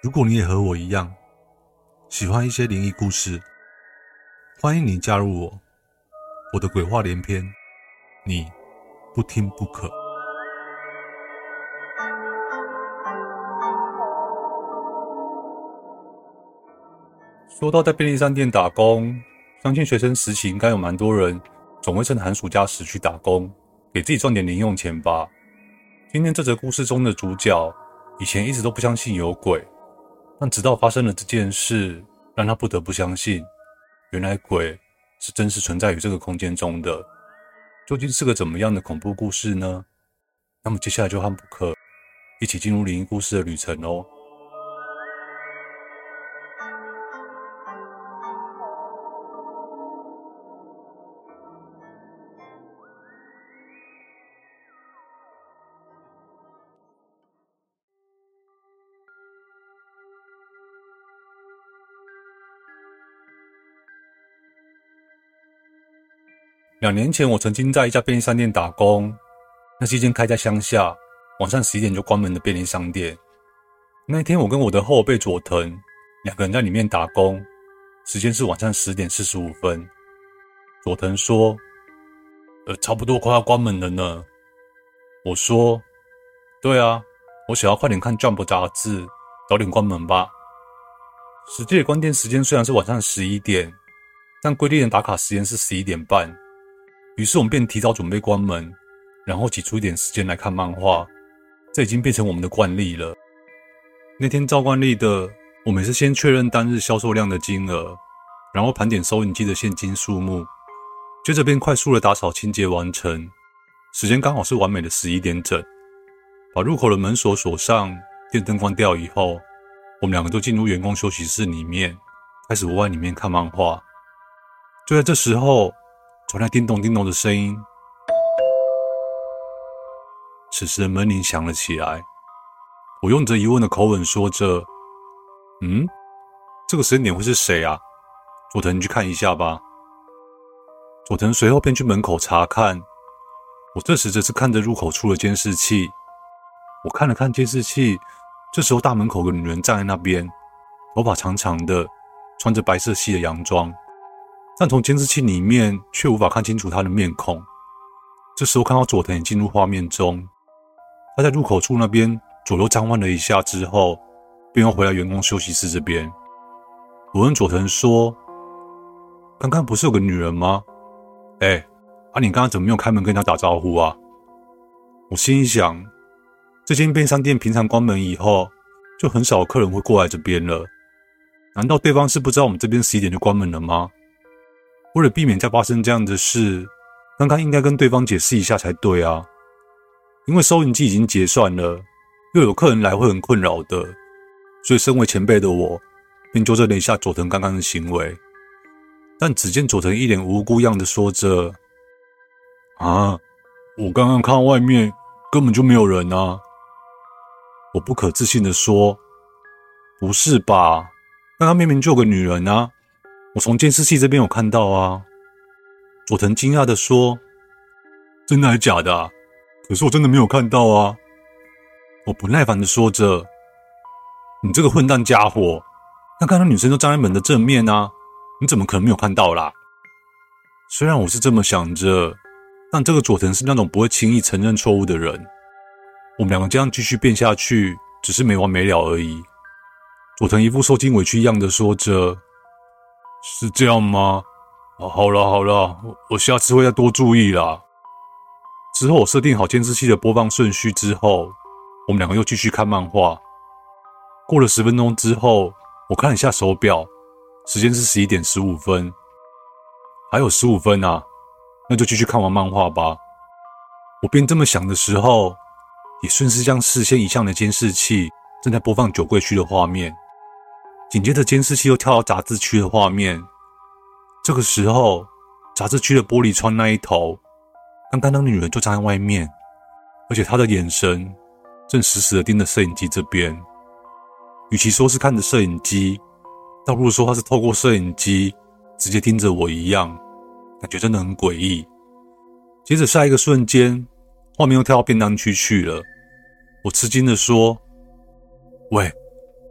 如果你也和我一样喜欢一些灵异故事，欢迎你加入我的鬼话连篇，你不听不可。说到在便利商店打工，相信学生时期应该有蛮多人总会趁寒暑假时去打工，给自己赚点零用钱吧。今天这则故事中的主角以前一直都不相信有鬼，但直到发生了这件事，让他不得不相信，原来鬼是真实存在于这个空间中的。究竟是个怎么样的恐怖故事呢？那么接下来就和卜克一起进入灵异故事的旅程哦。2年前，我曾经在一家便利商店打工，那是一间开在乡下，晚上11点就关门的便利商店。那一天，我跟我的后辈佐藤2个人在里面打工，时间是晚上10点45分。佐藤说：差不多快要关门了呢。我说：对啊，我想要快点看 Jump 杂志，早点关门吧。实际的关店时间虽然是晚上11点，但规定的打卡时间是11点半。于是我们便提早准备关门，然后挤出一点时间来看漫画，这已经变成我们的惯例了。那天照惯例的，我们是先确认当日销售量的金额，然后盘点收银机的现金数目，接着便快速的打扫清洁完成，时间刚好是完美的11点整。把入口的门锁锁上，电灯关掉以后，我们2个就进入员工休息室里面，开始窝在里面看漫画。就在这时候，传来叮咚叮咚的声音，此时的门铃响了起来。我用着疑问的口吻说着：这个时间点会是谁啊？佐藤，你去看一下吧。佐藤随后便去门口查看，我这时则是看着入口处的监视器。我看了看监视器，这时候大门口有个女人站在那边，头发长长的，穿着白色系的洋装，但从监视器里面却无法看清楚她的面孔。这时候看到佐藤也进入画面中，他在入口处那边左右张望了一下之后，便又回来员工休息室这边。我问佐藤说：刚刚不是有个女人吗？你刚刚怎么没有开门跟她打招呼啊？我心里想，这间便利商店平常关门以后就很少有客人会过来这边了，难道对方是不知道我们这边11点就关门了吗？为了避免再发生这样的事，刚刚应该跟对方解释一下才对啊。因为收银机已经结算了，又有客人来会很困扰的，所以身为前辈的我便纠正了一下佐藤刚刚的行为。但只见佐藤一脸无辜样的说着：我刚刚看外面根本就没有人啊。我不可置信的说：不是吧，刚刚明明就有个女人啊，我从监视器这边有看到啊。佐藤惊讶的说：真的还假的啊？可是我真的没有看到啊。我不耐烦的说着：你这个混蛋家伙，刚刚那女生就站在门的正面啊，你怎么可能没有看到啦？虽然我是这么想着，但这个佐藤是那种不会轻易承认错误的人。我们2个这样继续辩下去，只是没完没了而已。佐藤一副受尽委屈一样的说着：是这样吗？好了，我下次会再多注意啦。之后我设定好监视器的播放顺序之后，我们2个又继续看漫画。过了10分钟之后，我看了一下手表，时间是11点15分，还有15分啊，那就继续看完漫画吧。我便这么想的时候，也顺势将视线移向了监视器正在播放酒柜区的画面。紧接着监视器又跳到杂志区的画面。这个时候，杂志区的玻璃窗那一头，刚刚那个女人就站在外面，而且她的眼神正死死地盯着摄影机这边。与其说是看着摄影机，倒不如说她是透过摄影机直接盯着我一样，感觉真的很诡异。接着下一个瞬间，画面又跳到便当区去了。我吃惊地说：喂，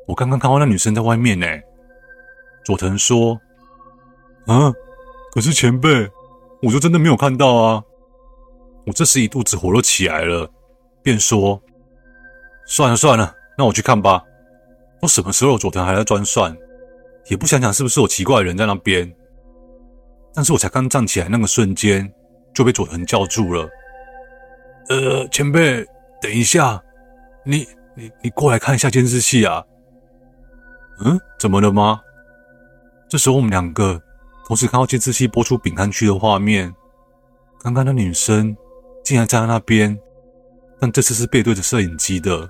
我刚刚看到那女生在外面呢。佐藤说：啊，可是前辈，我就真的没有看到啊。我这时一肚子火都起来了，便说：算了，那我去看吧。都什么时候佐藤还在装蒜，也不想想是不是有奇怪的人在那边。但是我才刚站起来那个瞬间，就被佐藤叫住了。前辈，等一下，你过来看一下监视器啊。怎么了吗？这时候我们两个同时看到监视器播出饼干区的画面，刚刚那女生竟然站在那边，但这次是背对着摄影机的。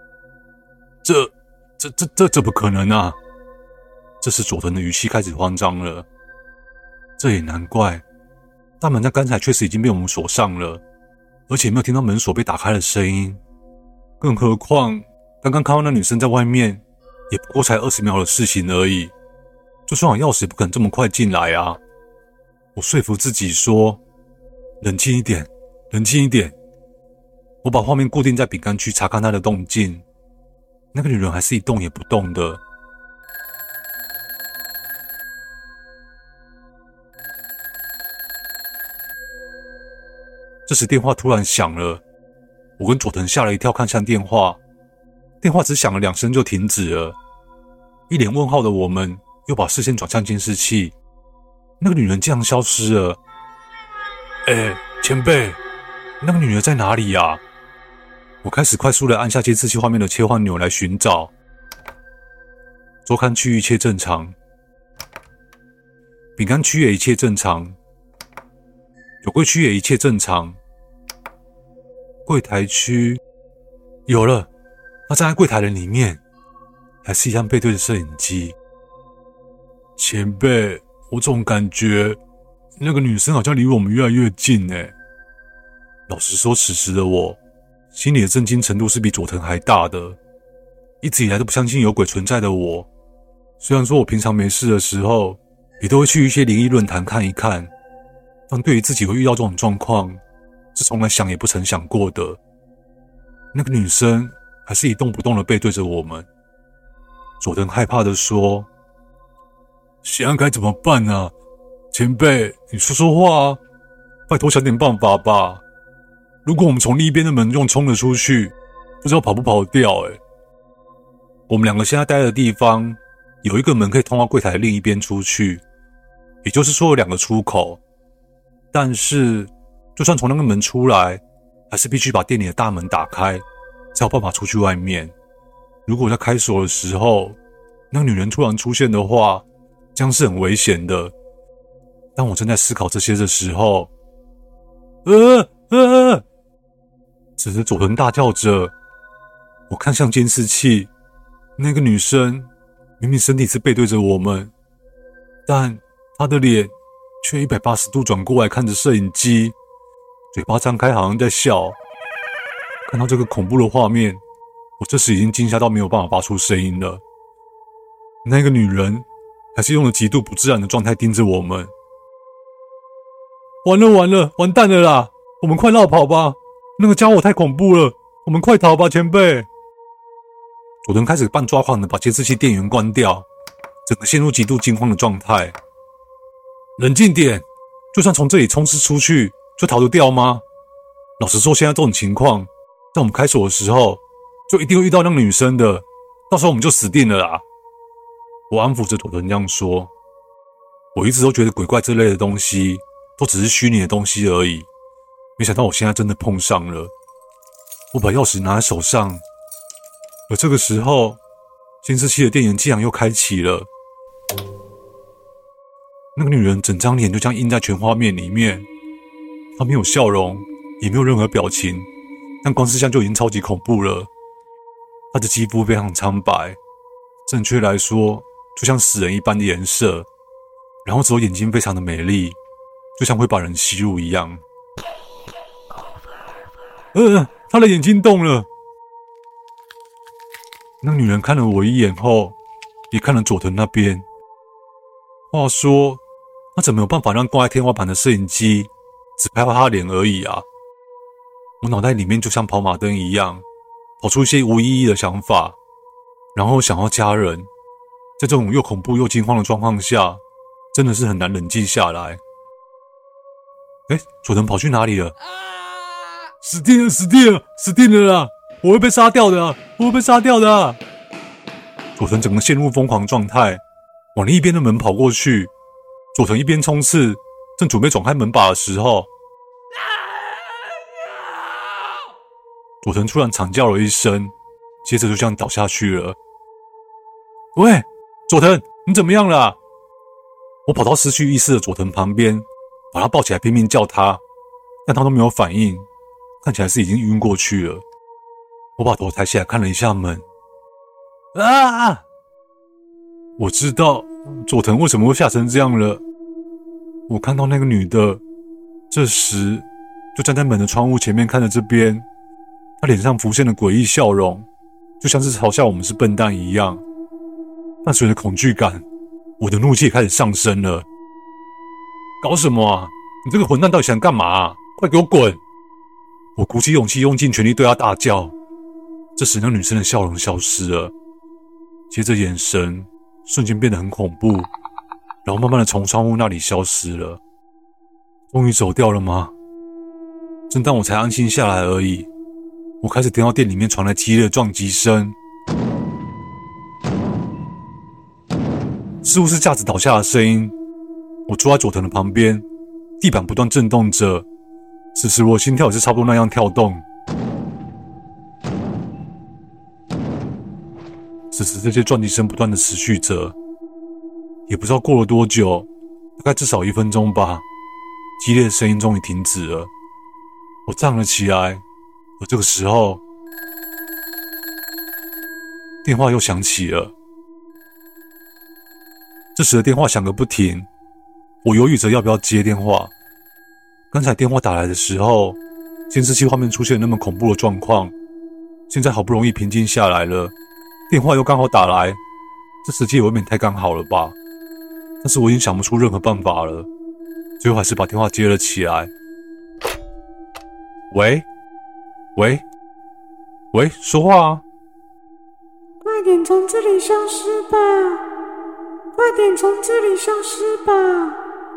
这怎么可能啊？这时佐藤的语气开始慌张了。这也难怪，大门在刚才确实已经被我们锁上了，而且没有听到门锁被打开的声音。更何况刚刚看到那女生在外面，也不过才20秒的事情而已。就算有钥匙也不可能这么快进来啊。我说服自己说，冷静一点。我把画面固定在饼干区查看她的动静，那个女人还是一动也不动的。这时电话突然响了，我跟佐藤吓了一跳，看向电话，电话只响了2声就停止了。一脸问号的我们又把视线转向监视器，那个女人竟然消失了。前辈，那个女人在哪里啊？我开始快速地按下监视器画面的切换钮来寻找。桌刊区一切正常，饼干区也一切正常，酒柜区也一切正常，柜台区有了，她站在柜台的里面，还是一样背对着摄影机。前辈，我总感觉那个女生好像离我们越来越近耶。老实说，此时的我心里的震惊程度是比佐藤还大的。一直以来都不相信有鬼存在的我，虽然说我平常没事的时候也都会去一些灵异论坛看一看，但对于自己会遇到这种状况是从来想也不曾想过的。那个女生还是一动不动的背对着我们。佐藤害怕的说：现在该怎么办啊？前辈，你说说话啊，拜托想点办法吧。如果我们从另一边的门用冲了出去，不知道跑不跑得掉我们两个现在待的地方有一个门可以通到柜台的另一边出去，也就是说有2个出口。但是就算从那个门出来，还是必须把店里的大门打开，才有办法出去外面。如果在开锁的时候那个女人突然出现的话，这样是很危险的。当我正在思考这些的时候，只是佐藤大叫着。我看向监视器，那个女生明明身体是背对着我们，但她的脸却180度转过来看着摄影机，嘴巴张开好像在笑。看到这个恐怖的画面，我这时已经惊吓到没有办法发出声音了。那个女人还是用了极度不自然的状态盯着我们。完了，完蛋了啦！我们快绕跑吧！那个家伙太恐怖了，我们快逃吧，前辈！佐藤开始半抓狂的把监视器电源关掉，整个陷入极度惊慌的状态。冷静点，就算从这里冲刺出去，就逃得掉吗？老实说，现在这种情况，在我们开锁的时候，就一定会遇到那个女生的，到时候我们就死定了啦。我安抚着佐藤这样说。我一直都觉得鬼怪这类的东西都只是虚拟的东西而已，没想到我现在真的碰上了。我把钥匙拿在手上，而这个时候监视器的电源竟然又开启了。那个女人整张脸就这样印在全画面里面，她没有笑容，也没有任何表情，但光是这样就已经超级恐怖了。她的肌肤非常苍白，正确来说就像死人一般的颜色，然后只有眼睛非常的美丽，就像会把人吸入一样。她的眼睛动了。那女人看了我一眼后，也看了佐藤那边。话说，她怎么有办法让挂在天花板的摄影机只拍到她的脸而已啊？我脑袋里面就像跑马灯一样，跑出一些无意义的想法。 然后想要家人，在这种又恐怖又惊慌的状况下，真的是很难冷静下来。佐藤跑去哪里了？死定了，死定了，死定了啦！我会被杀掉的啊，我会被杀掉的啊！佐藤整个陷入疯狂状态，往另一边的门跑过去。佐藤一边冲刺，正准备转开门把的时候，佐藤突然惨叫了一声，接着就这样倒下去了。喂，佐藤，你怎么样了啊？我跑到失去意识的佐藤旁边，把他抱起来拼命叫他，但他都没有反应，看起来是已经晕过去了。我把头抬起来看了一下门，啊！我知道佐藤为什么会吓成这样了。我看到那个女的，这时就站在门的窗户前面看着这边，她脸上浮现了诡异笑容，就像是嘲笑我们是笨蛋一样。伴随着恐惧感，我的怒气也开始上升了。搞什么啊？你这个混蛋到底想干嘛啊？快给我滚！我鼓起勇气，用尽全力对她大叫。这时那女生的笑容消失了，接着眼神瞬间变得很恐怖，然后慢慢的从窗户那里消失了。终于走掉了吗？正当我才安心下来而已，我开始听到店里面传来激烈的撞击声，似乎是架子倒下的声音。我坐在佐藤的旁边，地板不断震动着，此时我的心跳也是差不多那样跳动。此时这些撞击声不断的持续着，也不知道过了多久，大概至少1分钟吧，激烈的声音终于停止了。我站了起来，而这个时候电话又响起了。这时的电话响个不停，我犹豫着要不要接电话。刚才电话打来的时候，监视器画面出现那么恐怖的状况，现在好不容易平静下来了，电话又刚好打来，这时机也未免太刚好了吧？但是我已经想不出任何办法了，最后还是把电话接了起来。喂，喂，喂，说话啊！ 快点从这里消失吧！快点从这里消失吧！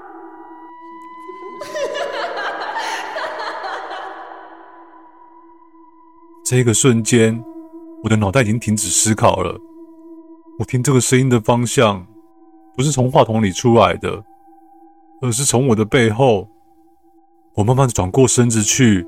这个瞬间，我的脑袋已经停止思考了。我听这个声音的方向，不是从话筒里出来的，而是从我的背后。我慢慢转过身子去，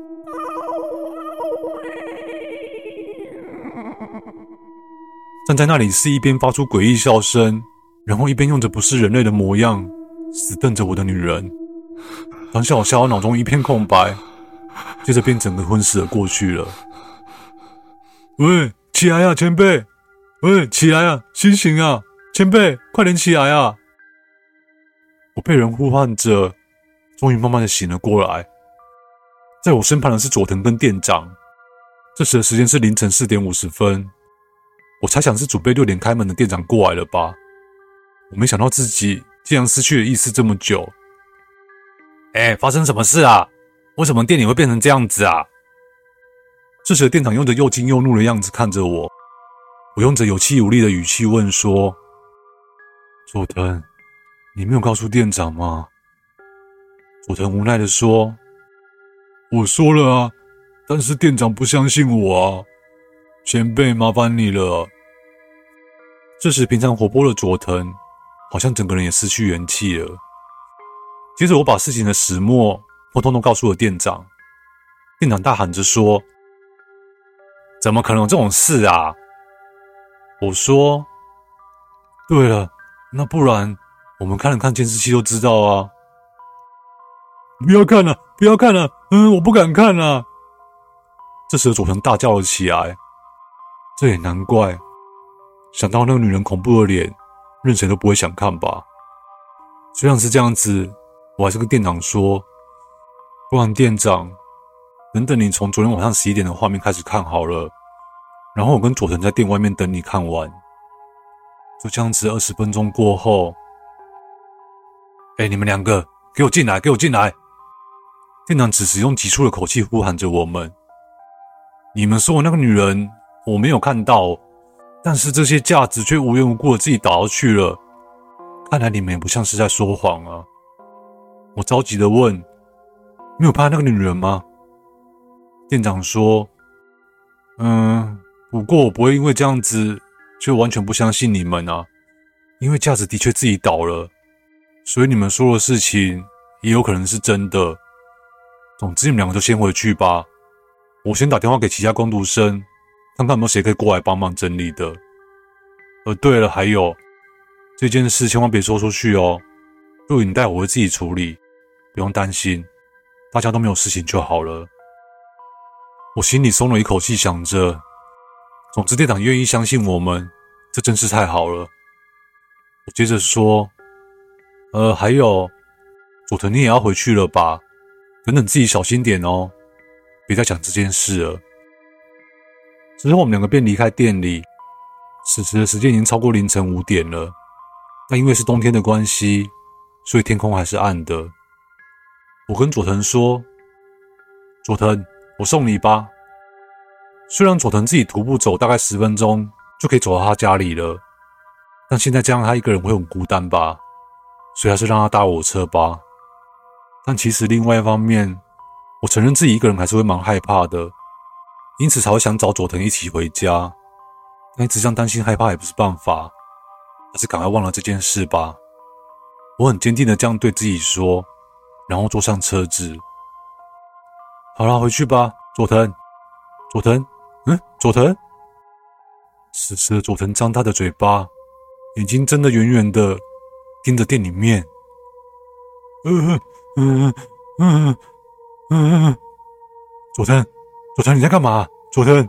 站在那里是一边发出诡异笑声，然后一边用着不是人类的模样死瞪着我的女人。当下我吓到脑中一片空白，接着便整个昏死了过去了。喂，起来啊，前辈！喂，起来啊，醒醒啊，前辈，快点起来啊！我被人呼唤着，终于慢慢的醒了过来。在我身旁的是佐藤跟店长。这时的时间是凌晨4点50分，我猜想是准备6点开门的店长过来了吧。我没想到自己竟然失去了意识这么久。发生什么事啊？为什么店里会变成这样子啊？这时的店长用着又惊又怒的样子看着我，我用着有气无力的语气问说：佐藤，你没有告诉店长吗？佐藤无奈的说：我说了啊，但是店长不相信我啊，前辈麻烦你了。这时平常活泼的佐藤好像整个人也失去元气了。接着我把事情的始末通通告诉了店长。店长大喊着说：怎么可能有这种事啊？我说：对了，那不然我们看了看监视器就知道啊。不要看了，不要看了，我不敢看了。这时佐藤大叫了起来。这也难怪，想到那个女人恐怖的脸，任谁都不会想看吧。虽然是这样子，我还是跟店长说，不然店长，等你从昨天晚上11点的画面开始看好了，然后我跟佐藤在店外面等你看完。就这样子20分钟过后，你们两个给我进来，给我进来！店长此时用急促的口气呼喊着我们。你们说的那个女人我没有看到， 但是这些架子却无缘无故的自己倒下去了。看来你们也不像是在说谎啊。我着急的问，没有拍那个女人吗？店长说，不过我不会因为这样子就完全不相信你们啊，因为架子的确自己倒了，所以你们说的事情也有可能是真的。总之你们两个就先回去吧，我先打电话给其他工读生，看看有没有谁可以过来帮忙整理的。对了，还有这件事千万别说出去哦，录影带我会自己处理，不用担心，大家都没有事情就好了。我心里松了一口气，想着，总之店长愿意相信我们，这真是太好了。我接着说，还有，佐藤你也要回去了吧？等等自己小心点哦，别再讲这件事了。之后我们两个便离开店里，此时的时间已经超过凌晨5点了，但因为是冬天的关系，所以天空还是暗的。我跟佐藤说，佐藤，我送你吧。虽然佐藤自己徒步走大概10分钟就可以走到他家里了，但现在这样他一个人会很孤单吧，所以还是让他搭我车吧。但其实另外一方面，我承认自己一个人还是会蛮害怕的，因此才会想找佐藤一起回家。但一直这样担心害怕也不是办法，还是赶快忘了这件事吧。我很坚定的这样对自己说，然后坐上车子。好啦，回去吧，佐藤。佐藤，佐藤。此时的佐藤张大的嘴巴，眼睛睁得圆圆的，盯着店里面。佐藤，你在干嘛？佐藤，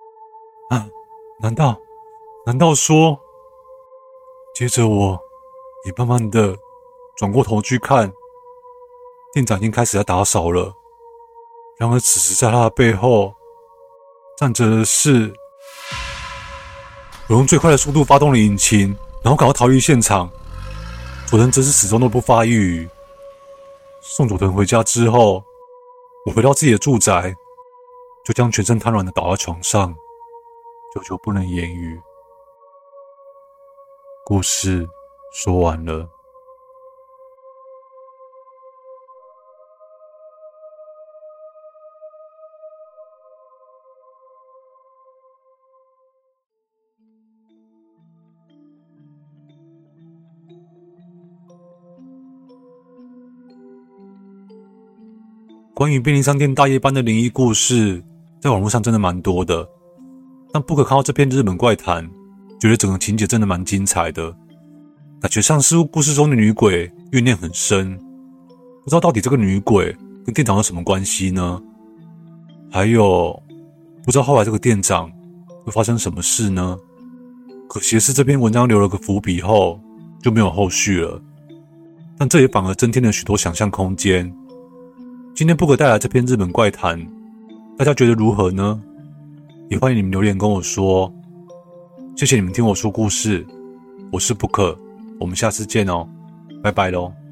难道说？接着我也慢慢的转过头去看，店长已经开始在打扫了。然而此时在他的背后站着的是，我用最快的速度发动了引擎，然后赶快逃离现场。佐藤则是始终都不发一语。送佐藤回家之后，我回到自己的住宅，就将全身瘫软的倒在床上，久久不能言语。故事说完了。关于便利商店大夜班的灵异故事，在网络上真的蛮多的，但不可看到这篇日本怪谈，觉得整个情节真的蛮精彩的，感觉上似乎故事中的女鬼怨念很深，不知道到底这个女鬼跟店长有什么关系呢？还有，不知道后来这个店长会发生什么事呢？可惜的是这篇文章留了个伏笔后就没有后续了，但这也反而增添了许多想象空间。今天 Book 带来这篇日本怪谈，大家觉得如何呢？也欢迎你们留言跟我说。谢谢你们听我说故事，我是 Book，我们下次见哦，拜拜咯。